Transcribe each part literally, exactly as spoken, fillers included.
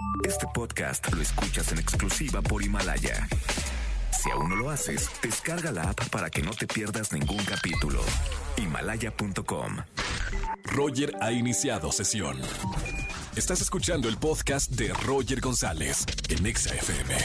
Este podcast lo escuchas en exclusiva por Himalaya. Si aún no lo haces, descarga la app para que no te pierdas ningún capítulo. Himalaya punto com. Roger ha iniciado sesión. Estás escuchando el podcast de Roger González en Exa F M.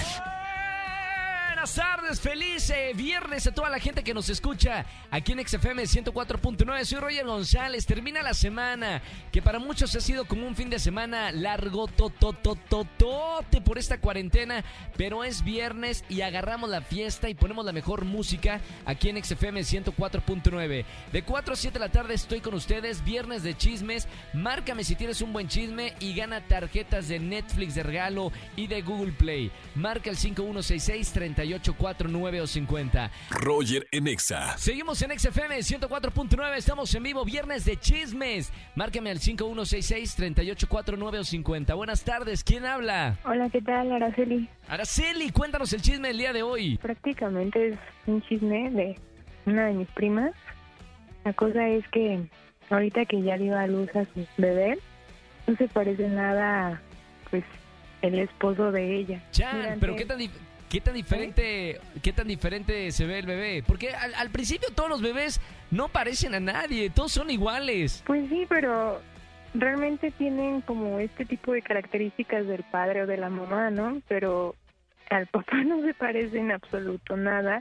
Buenas tardes, feliz eh, viernes a toda la gente que nos escucha aquí en X F M ciento cuatro punto nueve. Soy Roger González. Termina la semana, que para muchos ha sido como un fin de semana largo, tototototote por esta cuarentena, pero es viernes y agarramos la fiesta y ponemos la mejor música aquí en X F M ciento cuatro punto nueve. De cuatro a siete de la tarde estoy con ustedes, viernes de chismes. Márcame si tienes un buen chisme y gana tarjetas de Netflix de regalo y de Google Play. Marca el cinco uno seis seis, tres ocho cuatro nueve o cincuenta. Roger en Exa. Seguimos en X F M ciento cuatro punto nueve. Estamos en vivo, viernes de chismes. Márcame al cinco uno seis seis, tres ocho cuatro nueve o cincuenta. Buenas tardes, ¿quién habla? Hola, ¿qué tal? Araceli. Araceli, cuéntanos el chisme del día de hoy. Prácticamente es un chisme de una de mis primas. La cosa es que ahorita que ya dio a luz a su bebé, no se parece nada a, pues, el esposo de ella. Chan, Durante... pero ¿qué tan, di- qué tan diferente ¿Eh? qué tan diferente se ve el bebé? Porque al, al principio todos los bebés no parecen a nadie, todos son iguales. Pues sí, pero realmente tienen como este tipo de características del padre o de la mamá, ¿no? Pero al papá no se parece en absoluto nada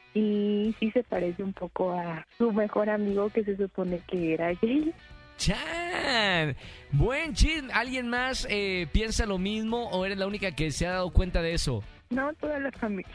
y sí se parece un poco a su mejor amigo que se supone que era Jay. Chan, buen chisme. ¿Alguien más eh, piensa lo mismo o eres la única que se ha dado cuenta de eso? No, toda la familia.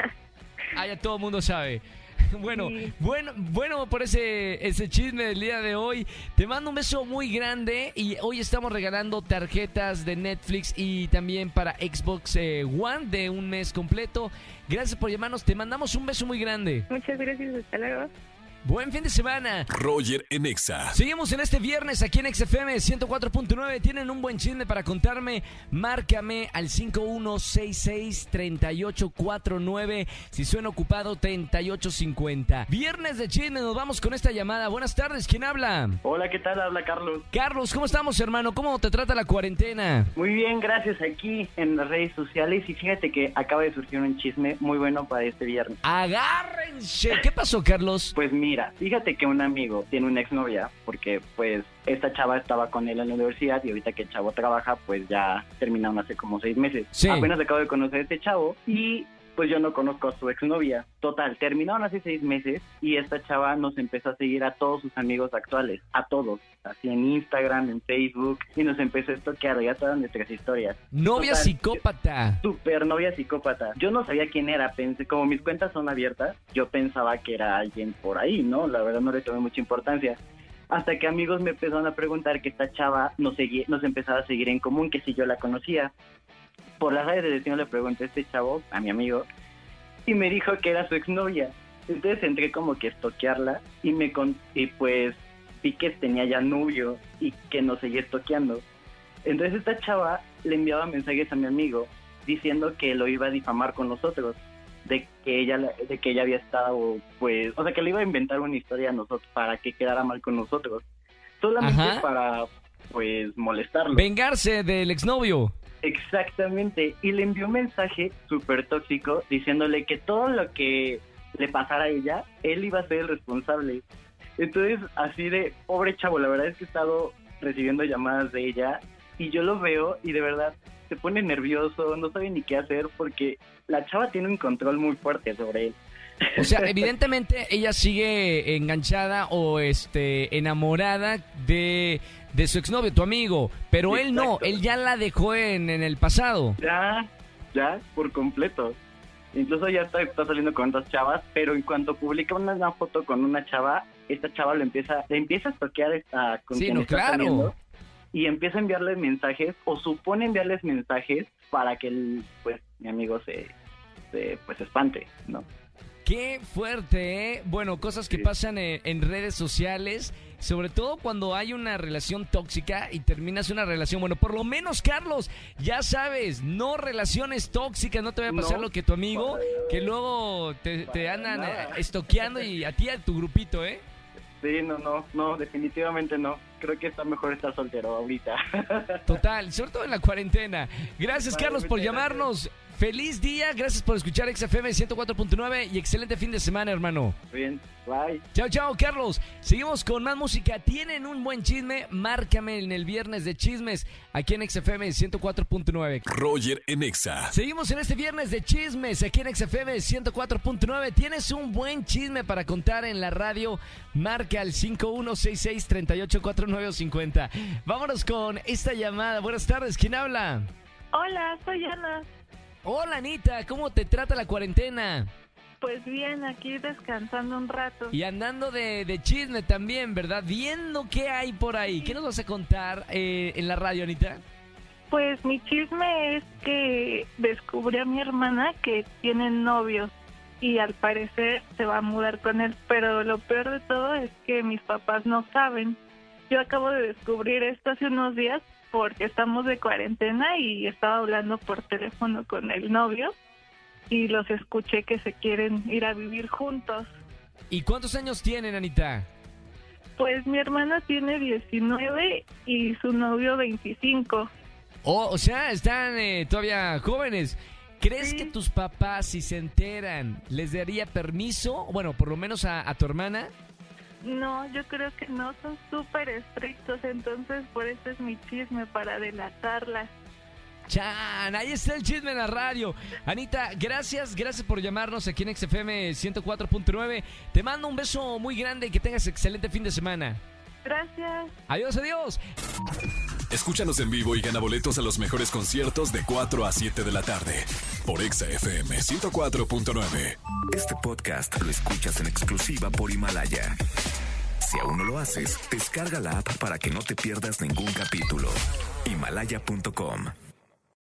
Ah, ya todo el mundo sabe. Bueno, Sí. bueno, bueno por ese, ese chisme del día de hoy. Te mando un beso muy grande y hoy estamos regalando tarjetas de Netflix y también para Xbox eh, One de un mes completo. Gracias por llamarnos, te mandamos un beso muy grande. Muchas gracias, hasta luego. Buen fin de semana. Roger en Exa. Seguimos en este viernes aquí en X F M ciento cuatro punto nueve. ¿Tienen un buen chisme para contarme? Márcame al cinco uno seis seis, tres ocho cuatro nueve. Si suena ocupado, treinta y ocho cincuenta. Viernes de chisme, nos vamos con esta llamada. Buenas tardes, ¿quién habla? Hola, ¿qué tal? Habla Carlos. Carlos, ¿cómo estamos, hermano? ¿Cómo te trata la cuarentena? Muy bien, gracias. Aquí en las redes sociales y fíjate que acaba de surgir un chisme muy bueno para este viernes. ¡Agárrense! ¿Qué pasó, Carlos? Pues mira, fíjate que un amigo tiene una exnovia porque pues esta chava estaba con él en la universidad y ahorita que el chavo trabaja pues ya terminaron hace como seis meses. Sí. Apenas acabo de conocer a este chavo y pues yo no conozco a su exnovia. Total, terminaron hace seis meses y esta chava nos empezó a seguir a todos sus amigos actuales, a todos, así en Instagram, en Facebook, y nos empezó a estoquear ya todas nuestras historias. Novia Total, psicópata. Super novia psicópata. Yo no sabía quién era, pensé, como mis cuentas son abiertas, yo pensaba que era alguien por ahí, ¿no? La verdad no le tomé mucha importancia. Hasta que amigos me empezaron a preguntar que esta chava nos, seguía, nos empezaba a seguir en común, que si yo la conocía. Por las redes de destino le pregunté a este chavo, a mi amigo, y me dijo que era su exnovia. Entonces entré como que a estoquearla y me con y pues vi que tenía ya novio y que nos seguía estoqueando. Entonces esta chava le enviaba mensajes a mi amigo diciendo que lo iba a difamar con nosotros, de que ella de que ella había estado pues, o sea, que le iba a inventar una historia a nosotros para que quedara mal con nosotros, solamente Ajá. para pues molestarlo. Vengarse del exnovio. Exactamente, y le envió un mensaje súper tóxico diciéndole que todo lo que le pasara a ella, él iba a ser el responsable. Entonces, así de, pobre chavo, la verdad es que he estado recibiendo llamadas de ella y yo lo veo y de verdad se pone nervioso, no sabe ni qué hacer porque la chava tiene un control muy fuerte sobre él. O sea, evidentemente ella sigue enganchada o este enamorada de, de su exnovio, tu amigo, pero él no, Exacto. él ya la dejó en, en el pasado. Ya, ya, por completo. Incluso ya está, está saliendo con otras chavas, pero en cuanto publica una, una foto con una chava, esta chava lo empieza, le empieza a toquear a, con Sí, quien no, está claro. saliendo y empieza a enviarles mensajes o supone enviarles mensajes para que el, pues mi amigo se, se pues espante, ¿no? Qué fuerte, ¿eh? Bueno, cosas que Sí. pasan en, en redes sociales, sobre todo cuando hay una relación tóxica y terminas una relación. Bueno, por lo menos, Carlos, ya sabes, no relaciones tóxicas, no te vaya a pasar No, lo que tu amigo, para nada. que luego te, te Para andan nada. eh, estoqueando y a ti, a tu grupito, ¿eh? Sí, no, no, no, definitivamente no. creo que está mejor estar soltero ahorita. Total, sobre todo en la cuarentena. Gracias, Vale, Carlos, por muchas llamarnos. gracias. Feliz día, gracias por escuchar X F M ciento cuatro punto nueve y excelente fin de semana, hermano. Bien, bye. Chao, chao, Carlos. Seguimos con más música. ¿Tienen un buen chisme? Márcame en el viernes de chismes aquí en X F M ciento cuatro punto nueve. Roger en Exa. Seguimos en este viernes de chismes aquí en X F M ciento cuatro punto nueve. ¿Tienes un buen chisme para contar en la radio? Marca al cinco uno seis seis, tres ocho cuatro nueve cinco cero. Vámonos con esta llamada. Buenas tardes, ¿quién habla? Hola, soy Ana. Hola, Anita, ¿cómo te trata la cuarentena? Pues bien, aquí descansando un rato. Y andando de, de chisme también, ¿verdad? Viendo qué hay por ahí. ¿Qué nos vas a contar eh, en la radio, Anita? Pues mi chisme es que descubrí a mi hermana que tiene novio y al parecer se va a mudar con él, pero lo peor de todo es que mis papás no saben. Yo acabo de descubrir esto hace unos días porque estamos de cuarentena y estaba hablando por teléfono con el novio y los escuché que se quieren ir a vivir juntos. ¿Y cuántos años tienen, Anita? Pues mi hermana tiene diecinueve y su novio veinticinco. Oh, o sea, están eh, todavía jóvenes. ¿Crees Sí. que tus papás, si se enteran, les daría permiso? Bueno, por lo menos a, a tu hermana. No, yo creo que no, son súper estrictos, entonces por eso es mi chisme, para delatarlas. Chan, ahí está el chisme en la radio. Anita, gracias, gracias por llamarnos aquí en X F M ciento cuatro punto nueve. Te mando un beso muy grande y que tengas excelente fin de semana. Gracias. Adiós, adiós. Escúchanos en vivo y gana boletos a los mejores conciertos de cuatro a siete de la tarde por Exa F M ciento cuatro punto nueve. Este podcast lo escuchas en exclusiva por Himalaya. Si aún no lo haces, descarga la app para que no te pierdas ningún capítulo. Himalaya punto com